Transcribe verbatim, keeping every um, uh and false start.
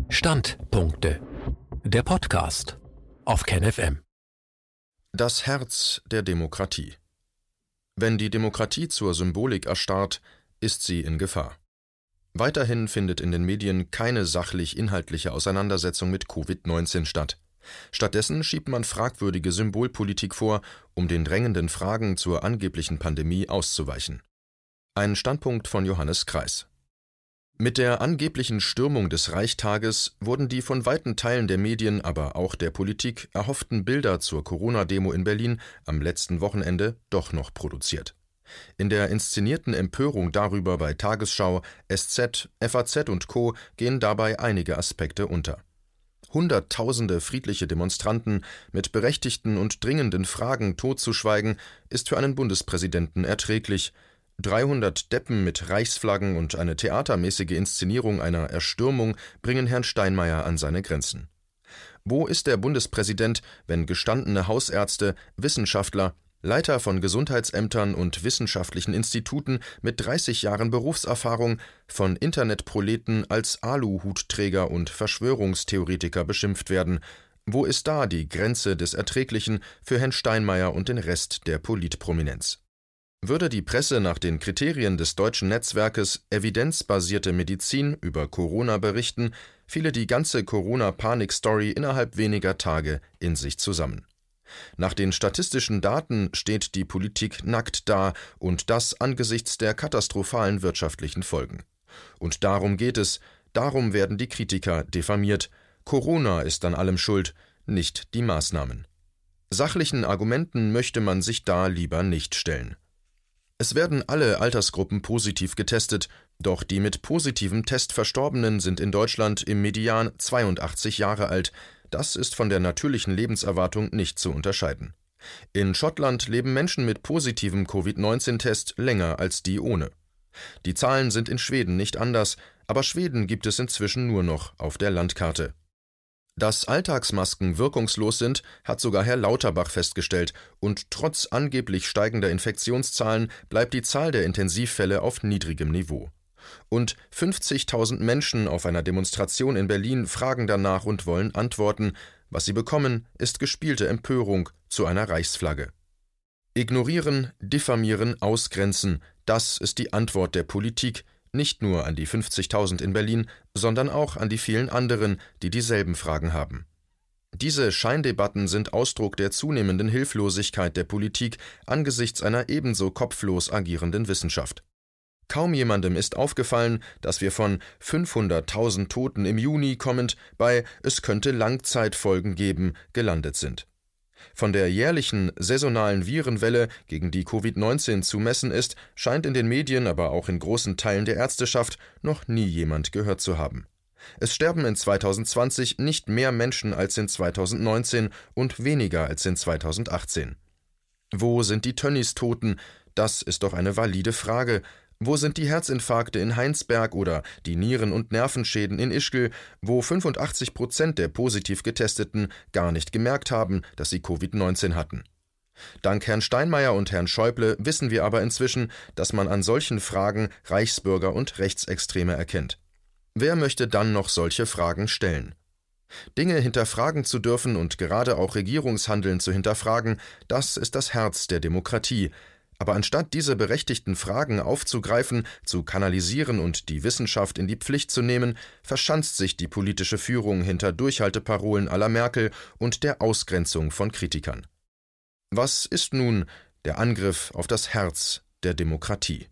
Standpunkte. Der Podcast auf KenFM. M. Das Herz der Demokratie. Wenn die Demokratie zur Symbolik erstarrt, ist sie in Gefahr. Weiterhin findet in den Medien keine sachlich-inhaltliche Auseinandersetzung mit Covid neunzehn statt. Stattdessen schiebt man fragwürdige Symbolpolitik vor, um den drängenden Fragen zur angeblichen Pandemie auszuweichen. Ein Standpunkt von Johannes Kreis. Mit der angeblichen Stürmung des Reichstages wurden die von weiten Teilen der Medien, aber auch der Politik erhofften Bilder zur Corona-Demo in Berlin am letzten Wochenende doch noch produziert. In der inszenierten Empörung darüber bei Tagesschau, S Z, F A Z und Co. gehen dabei einige Aspekte unter. Hunderttausende friedliche Demonstranten mit berechtigten und dringenden Fragen totzuschweigen, ist für einen Bundespräsidenten erträglich. dreihundert Deppen mit Reichsflaggen und eine theatermäßige Inszenierung einer Erstürmung bringen Herrn Steinmeier an seine Grenzen. Wo ist der Bundespräsident, wenn gestandene Hausärzte, Wissenschaftler, Leiter von Gesundheitsämtern und wissenschaftlichen Instituten mit dreißig Jahren Berufserfahrung von Internetproleten als Aluhutträger und Verschwörungstheoretiker beschimpft werden? Wo ist da die Grenze des Erträglichen für Herrn Steinmeier und den Rest der Politprominenz? Würde die Presse nach den Kriterien des deutschen Netzwerkes evidenzbasierte Medizin über Corona berichten, fiele die ganze Corona-Panik-Story innerhalb weniger Tage in sich zusammen. Nach den statistischen Daten steht die Politik nackt da, und das angesichts der katastrophalen wirtschaftlichen Folgen. Und darum geht es, darum werden die Kritiker diffamiert. Corona ist an allem schuld, nicht die Maßnahmen. Sachlichen Argumenten möchte man sich da lieber nicht stellen. Es werden alle Altersgruppen positiv getestet, doch die mit positivem Test Verstorbenen sind in Deutschland im Median zweiundachtzig Jahre alt. Das ist von der natürlichen Lebenserwartung nicht zu unterscheiden. In Schottland leben Menschen mit positivem Covid neunzehn Test länger als die ohne. Die Zahlen sind in Schweden nicht anders, aber Schweden gibt es inzwischen nur noch auf der Landkarte. Dass Alltagsmasken wirkungslos sind, hat sogar Herr Lauterbach festgestellt, und trotz angeblich steigender Infektionszahlen bleibt die Zahl der Intensivfälle auf niedrigem Niveau. Und fünfzigtausend Menschen auf einer Demonstration in Berlin fragen danach und wollen Antworten. Was sie bekommen, ist gespielte Empörung zu einer Reichsflagge. Ignorieren, diffamieren, ausgrenzen, das ist die Antwort der Politik, nicht nur an die fünfzigtausend in Berlin, sondern auch an die vielen anderen, die dieselben Fragen haben. Diese Scheindebatten sind Ausdruck der zunehmenden Hilflosigkeit der Politik angesichts einer ebenso kopflos agierenden Wissenschaft. Kaum jemandem ist aufgefallen, dass wir von fünfhunderttausend Toten im Juni kommend bei »Es könnte Langzeitfolgen geben« gelandet sind. Von der jährlichen saisonalen Virenwelle, gegen die Covid neunzehn zu messen ist, scheint in den Medien, aber auch in großen Teilen der Ärzteschaft noch nie jemand gehört zu haben. Es sterben in zweitausendzwanzig nicht mehr Menschen als in zweitausendneunzehn und weniger als in zweitausendachtzehn. Wo sind die Tönnies-Toten? Das ist doch eine valide Frage. Wo sind die Herzinfarkte in Heinsberg oder die Nieren- und Nervenschäden in Ischgl, wo fünfundachtzig Prozent der positiv Getesteten gar nicht gemerkt haben, dass sie Covid neunzehn hatten? Dank Herrn Steinmeier und Herrn Schäuble wissen wir aber inzwischen, dass man an solchen Fragen Reichsbürger und Rechtsextreme erkennt. Wer möchte dann noch solche Fragen stellen? Dinge hinterfragen zu dürfen und gerade auch Regierungshandeln zu hinterfragen, das ist das Herz der Demokratie. Aber anstatt diese berechtigten Fragen aufzugreifen, zu kanalisieren und die Wissenschaft in die Pflicht zu nehmen, verschanzt sich die politische Führung hinter Durchhalteparolen à la Merkel und der Ausgrenzung von Kritikern. Was ist nun der Angriff auf das Herz der Demokratie?